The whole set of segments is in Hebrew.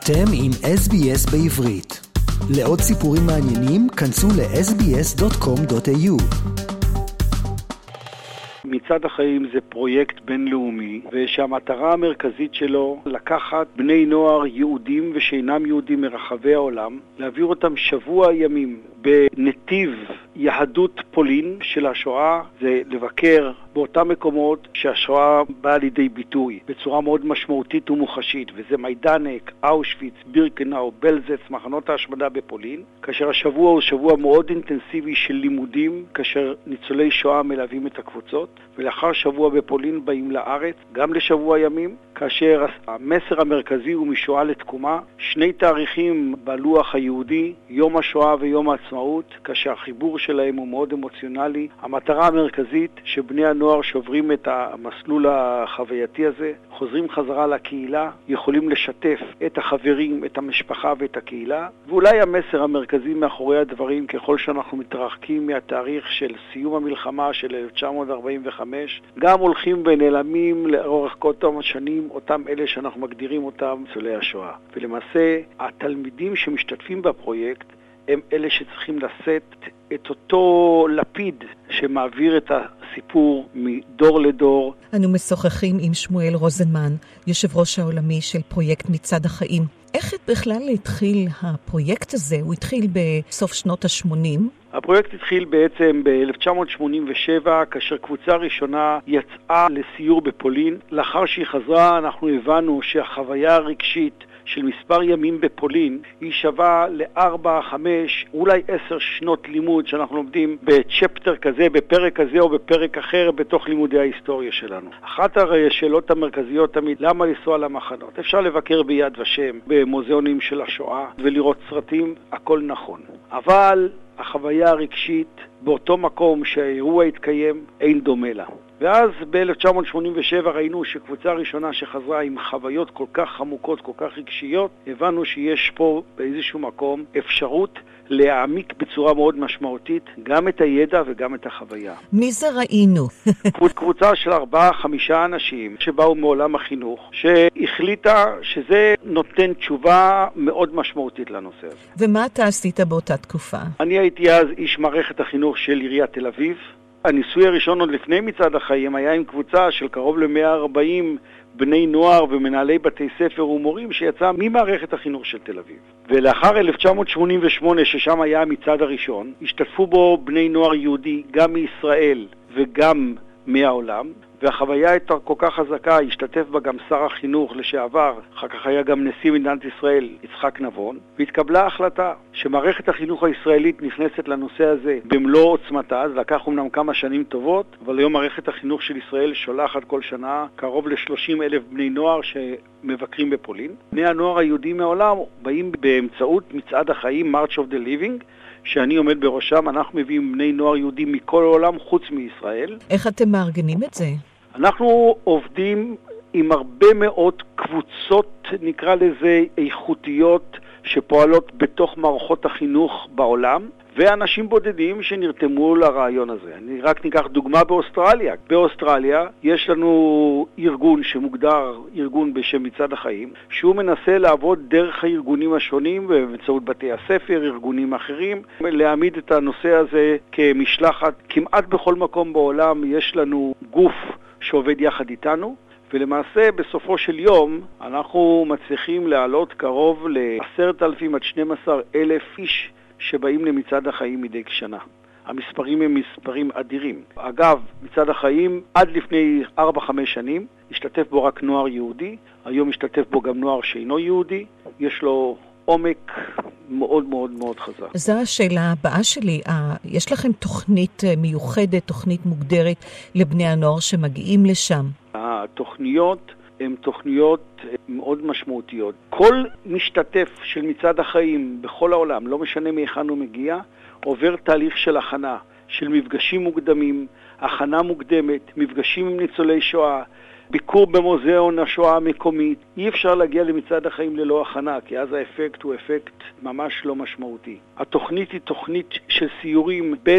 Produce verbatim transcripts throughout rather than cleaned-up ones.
אתם עם אס בי אס בעברית. לעוד סיפורים מעניינים, כנסו ל-אס בי אס דוט קום דוט איי יו. מצעד החיים זה פרויקט בינלאומי, ושהמטרה המרכזית שלו לקחת בני נוער יהודים ושאינם יהודים מרחבי העולם, להעביר אותם שבוע ימים בנתיב יהדות פולין של השואה, זה לבקר באותם מקומות שהשואה באה לידי ביטוי בצורה מאוד משמעותית ומוחשית, וזה מיידנק, אושוויץ, בירקנאו, בלזץ, מחנות ההשמדה בפולין, כאשר השבוע הוא שבוע מאוד אינטנסיבי של לימודים, כאשר ניצולי שואה מלווים את הקבוצות, ולאחר שבוע בפולין באים לארץ, גם לשבוע ימים, כאשר המסר המרכזי הוא משואה לתקומה, שני תאריכים בלוח היהודי, יום השואה ויום העצמאות, כאשר החיבור שלהם הוא מאוד אמוציונלי. המטרה המרכזית שבני הנוער שעוברים את המסלול החווייתי הזה, חוזרים חזרה לקהילה, יכולים לשתף את החברים, את המשפחה ואת הקהילה, ואולי המסר המרכזי מאחורי הדברים, ככל שאנחנו מתרחקים מהתאריך של סיום המלחמה של אלף תשע מאות ארבעים וחמש, גם הולכים ונעלמים לאורך כל אותם השנים, אותם אלה שאנחנו מגדירים אותם ניצולי השואה. ולמעשה, התלמידים שמשתתפים בפרויקט, הם אלה שצריכים לשאת את אותו לפיד שמעביר את הסיפור מדור לדור. אנו משוחחים עם שמואל רוזנמן, יושב ראש העולמי של פרויקט מצעד החיים. איך בכלל התחיל הפרויקט הזה? הוא התחיל בסוף שנות ה-שמונים. הפרויקט התחיל בעצם ב-אלף תשע מאות שמונים ושבע, כאשר קבוצה ראשונה יצאה לסיור בפולין. לאחר שהיא חזרה, אנחנו הבנו שהחוויה הרגשית של מספר ימים בפולין היא שווה לארבע, חמש, אולי עשר שנות לימוד שאנחנו לומדים בצ'פטר כזה, בפרק כזה או בפרק אחר בתוך לימודי ההיסטוריה שלנו. אחת השאלות המרכזיות תמיד, למה לנסוע למחנות? אפשר לבקר ביד ושם, במוזיאונים של השואה ולראות סרטים, הכל נכון. אבל החוויה הרגשית באותו מקום שהאירוע התקיים אין דומה לה. ואז ב-אלף תשע מאות שמונים ושבע ראינו שקבוצה ראשונה שחזרה עם חוויות כל כך עמוקות, כל כך רגשיות, הבנו שיש פה באיזשהו מקום אפשרות להעמיק בצורה מאוד משמעותית גם את הידע וגם את החוויה. מי זה ראינו? קבוצה של ארבעה, חמישה אנשים שבאו מעולם החינוך, שהחליטה שזה נותן תשובה מאוד משמעותית לנושא הזה. ומה אתה עשית באותה תקופה? אני הייתי אז איש מערכת החינוך של עיריית תל אביב. הניסוי הראשון עוד לפני מצעד החיים היה עם קבוצה של קרוב ל-מאה וארבעים בני נוער ומנהלי בתי ספר ומורים שיצא ממערכת החינוך של תל אביב. ולאחר אלף תשע מאות שמונים ושמונה, ששם היה המצעד הראשון, השתתפו בו בני נוער יהודי גם מישראל וגם מהעולם, והחוויה הייתה כל כך חזקה, השתתף בה גם שר החינוך לשעבר, אחר כך היה גם נשיא מדינת ישראל, יצחק נבון, והתקבלה החלטה שמערכת החינוך הישראלית נכנסת לנושא הזה במלוא עוצמתה. זה לקח אומנם כמה שנים טובות, אבל היום מערכת החינוך של ישראל שולחת כל שנה קרוב ל-שלושים אלף בני נוער שמבקרים בפולין. בני הנוער היהודים מהעולם באים באמצעות מצעד החיים, March of the Living, שאני עומד בראשם. אנחנו מביאים בני נוער יהודים מכל העולם חוץ מישראל. איך אתם מארגנים את זה? אנחנו עובדים עם הרבה מאוד קבוצות, נקרא לזה איכותיות, שפועלות בתוך מערכות החינוך בעולם, ואנשים בודדים שנרתמו לרעיון הזה. אני רק ניקח דוגמה באוסטרליה. באוסטרליה יש לנו ארגון שמוגדר ארגון בשם מצעד החיים, שהוא מנסה לעבוד דרך הארגונים השונים ובאמצעות בתי הספר, ארגונים אחרים, להעמיד את הנושא הזה כמשלחת. כמעט בכל מקום בעולם יש לנו גוף שעובד יחד איתנו, ולמעשה בסופו של יום אנחנו מצליחים להעלות קרוב ל-עשרת אלפים עד שנים עשר אלף איש שבאים למצעד החיים מדי שנה. המספרים הם מספרים אדירים. אגב, מצעד החיים עד לפני ארבע חמש שנים השתתף בו רק נוער יהודי, היום השתתף בו גם נוער שאינו יהודי, יש לו עומק מאוד מאוד מאוד חזק. זו השאלה הבאה שלי. יש לכם תוכנית מיוחדת, תוכנית מוגדרת לבני הנוער שמגיעים לשם? התוכניות הן תוכניות מאוד משמעותיות. כל משתתף של מצעד החיים בכל העולם, לא משנה מהיכן הוא מגיע, עובר תהליך של הכנה, של מפגשים מוקדמים, הכנה מוקדמת, מפגשים עם ניצולי שואה, ביקור במוזיאון השואה המקומית. אי אפשר להגיע למצעד החיים ללא הכנה, כי אז האפקט הוא אפקט ממש לא משמעותי. התוכנית היא תוכנית של סיורים בין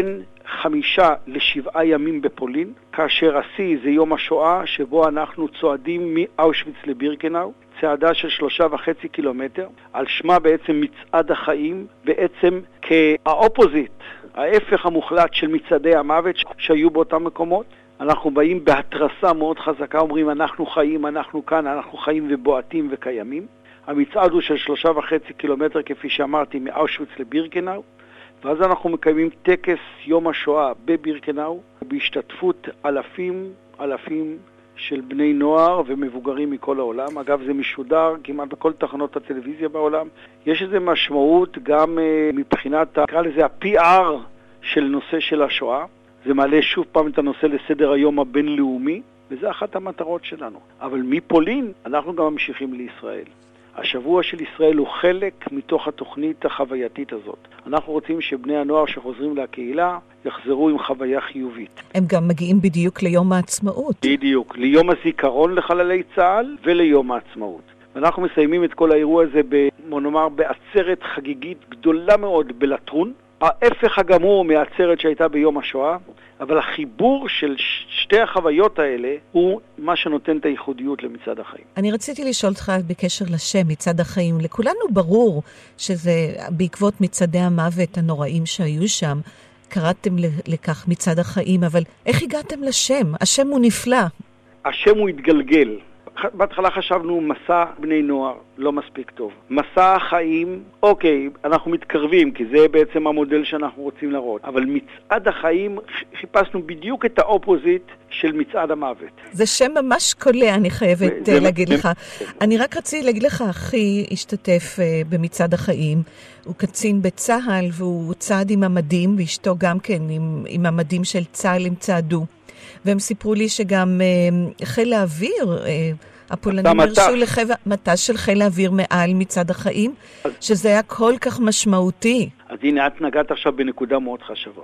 חמישה לשבעה ימים בפולין, כאשר השיא זה יום השואה, שבו אנחנו צועדים מאושוויץ לבירקנאו, צעדה של שלושה וחצי קילומטר, על שמה בעצם מצעד החיים, בעצם כאופוזיט, ההפך המוחלט של מצעדי המוות שהיו באותם מקומות. אנחנו באים בהתרסה מאוד חזקה, אומרים אנחנו חיים, אנחנו כאן, אנחנו חיים ובועטים וקיימים. המצעד הוא של שלושה וחצי קילומטר, כפי שאמרתי, מאושוויץ לבירקנאו, ואז אנחנו מקיימים טקס יום השואה בבירקנאו, בהשתתפות אלפים, אלפים של בני נוער ומבוגרים מכל העולם. אגב, זה משודר כמעט בכל תחנות הטלוויזיה בעולם. יש איזו משמעות גם uh, מבחינת, נקרא לזה ה-פי אר של נושא של השואה. זה מעלה שוב פעם את הנושא לסדר היום הבינלאומי, וזה אחת המטרות שלנו. אבל מפולין אנחנו גם ממשיכים לישראל. השבוע של ישראל הוא חלק מתוך התוכנית החווייתית הזאת. אנחנו רוצים שבני הנוער שחוזרים לקהילה יחזרו עם חוויה חיובית. הם גם מגיעים בדיוק ליום העצמאות. בדיוק, ליום הזיכרון לחללי צה"ל וליום העצמאות. ואנחנו מסיימים את כל האירוע הזה במונומר בעצרת חגיגית גדולה מאוד בלטרון, ההפך הגמור מהעצרת שהייתה ביום השואה, אבל החיבור של שתי החוויות האלה הוא מה שנותן את הייחודיות למצעד החיים. אני רציתי לשאול אותך בקשר לשם מצעד החיים. לכולנו ברור שזה בעקבות מצעדי המוות הנוראים שהיו שם, קראתם לכך מצעד החיים, אבל איך הגעתם לשם? השם הוא נפלא. השם הוא התגלגל. בהתחלה חשבנו מסע בני נוער, לא מספיק טוב. מסע החיים, אוקיי, אנחנו מתקרבים, כי זה בעצם המודל שאנחנו רוצים לראות. אבל מצעד החיים, חיפשנו בדיוק את האופוזיט של מצעד המוות. זה שם ממש קולה, אני חייבת זה, להגיד זה, לך. זה... אני רק רציתי להגיד לך, אחי השתתף uh, במצעד החיים, הוא קצין בצהל, והוא צעד עם המדים, ואשתו גם כן עם, עם המדים של צהל הם צעדו. והם סיפרו לי שגם uh, חיל האוויר, uh, הפולנים הרשו מטס של חיל האוויר מעל מצעד החיים, אז, שזה היה כל כך משמעותי. אז הנה, את נגעת עכשיו בנקודה מאוד חשובה.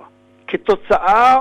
כתוצאה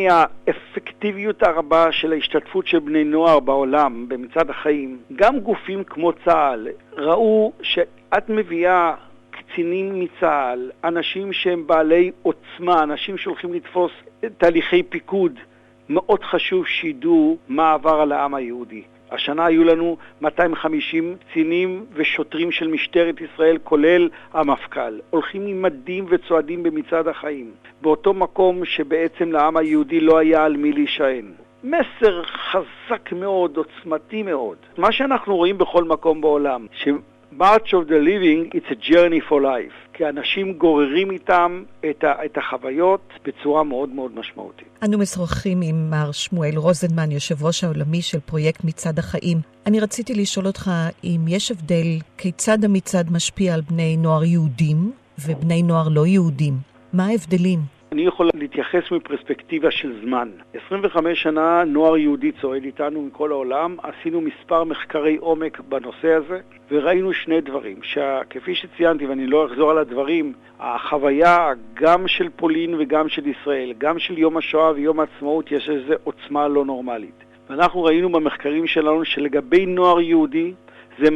מהאפקטיביות הרבה של ההשתתפות של בני נוער בעולם, במצעד החיים, גם גופים כמו צה"ל ראו שאת מביאה קצינים מצה"ל, אנשים שהם בעלי עוצמה, אנשים שהולכים לתפוס תהליכי פיקוד, מאוד חשוב שידעו מה עבר על העם היהודי. השנה היו לנו מאתיים וחמישים קצינים ושוטרים של משטרת ישראל, כולל המפכ"ל. הולכים עם מדים וצועדים במצעד החיים, באותו מקום שבעצם לעם היהודי לא היה על מי להישען. מסר חזק מאוד, עוצמתי מאוד. מה שאנחנו רואים בכל מקום בעולם, ש... March of the Living, it's a journey for life. כי אנשים גוררים איתם את, ה, את החוויות בצורה מאוד מאוד משמעותית. אנו משוחחים עם מר שמואל רוזנמן, יושב ראש העולמי של פרויקט מצעד החיים. אני רציתי לשאול אותך אם יש הבדל כיצד המצעד משפיע על בני נוער יהודים ובני נוער לא יהודים. מה ההבדלים? אני יכול להתייחס מפרספקטיבה של זמן. עשרים וחמש שנה נוער יהודי צועד איתנו מכל העולם, עשינו מספר מחקרי עומק בנושא הזה, וראינו שני דברים, שכפי שציינתי, ואני לא אחזור על הדברים, החוויה גם של פולין וגם של ישראל, גם של יום השואה ויום העצמאות, יש איזו עוצמה לא נורמלית. ואנחנו ראינו במחקרים שלנו שלגבי נוער יהודי, זה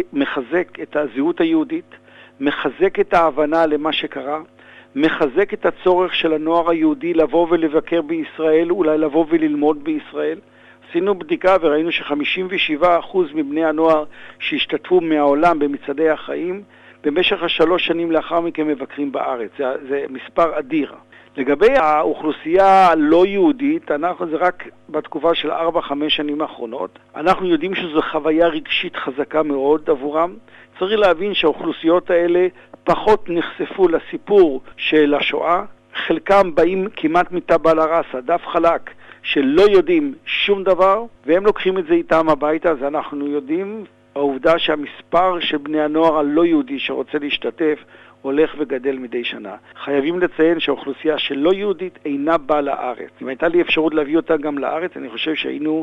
מחזק את הזהות היהודית, מחזק את ההבנה למה שקרה, מחזק את הצורך של הנוער היהודי לבוא ולבקר בישראל, אולי לבוא וללמוד בישראל. עשינו בדיקה וראינו ש-חמישים ושבעה אחוז מבני הנוער שהשתתפו מהעולם במצעדי החיים, במשך השלוש שנים לאחר מכן מבקרים בארץ. זה, זה מספר אדיר. לגבי האוכלוסייה הלא יהודית, אנחנו, זה רק בתקופה של ארבע חמש שנים האחרונות. אנחנו יודעים שזו חוויה רגשית חזקה מאוד עבורם. צריך להבין שהאוכלוסיות האלה פחות נחשפו לסיפור של השואה. חלקם באים כמעט מטבל הרסה, דף חלק, שלא יודעים שום דבר, והם לוקחים את זה איתם הביתה. אז אנחנו יודעים, העובדה שהמספר של בני הנוער הלא יהודי שרוצה להשתתף, הולך וגדל מדי שנה. חייבים לציין שהאוכלוסייה שלא יהודית אינה באה לארץ. אם הייתה לי אפשרות להביא אותה גם לארץ, אני חושב שהיינו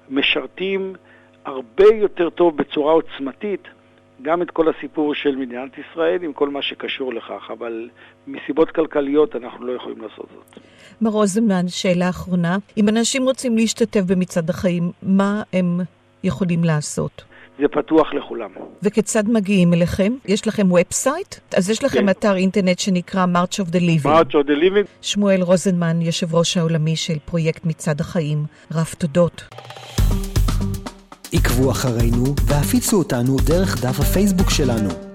משרתים הרבה יותר טוב בצורה עוצמתית, גם את כל הסיפור של מדינת ישראל עם כל מה שקשור לכך, אבל מסיבות כלכליות אנחנו לא יכולים לעשות זאת. מר רוזנמן, שאלה אחרונה. אם אנשים רוצים להשתתף במצעד החיים, מה הם יכולים לעשות? זה פתוח לכולם. וכיצד מגיעים אליכם? יש לכם ובסייט? אז יש לכם כן. אתר אינטרנט שנקרא March of the Living. March of the Living. שמואל רוזנמן, יושב ראש העולמי של פרויקט מצעד החיים. רב תודות. עקבו אחרינו והפיצו אותנו דרך דף הפייסבוק שלנו.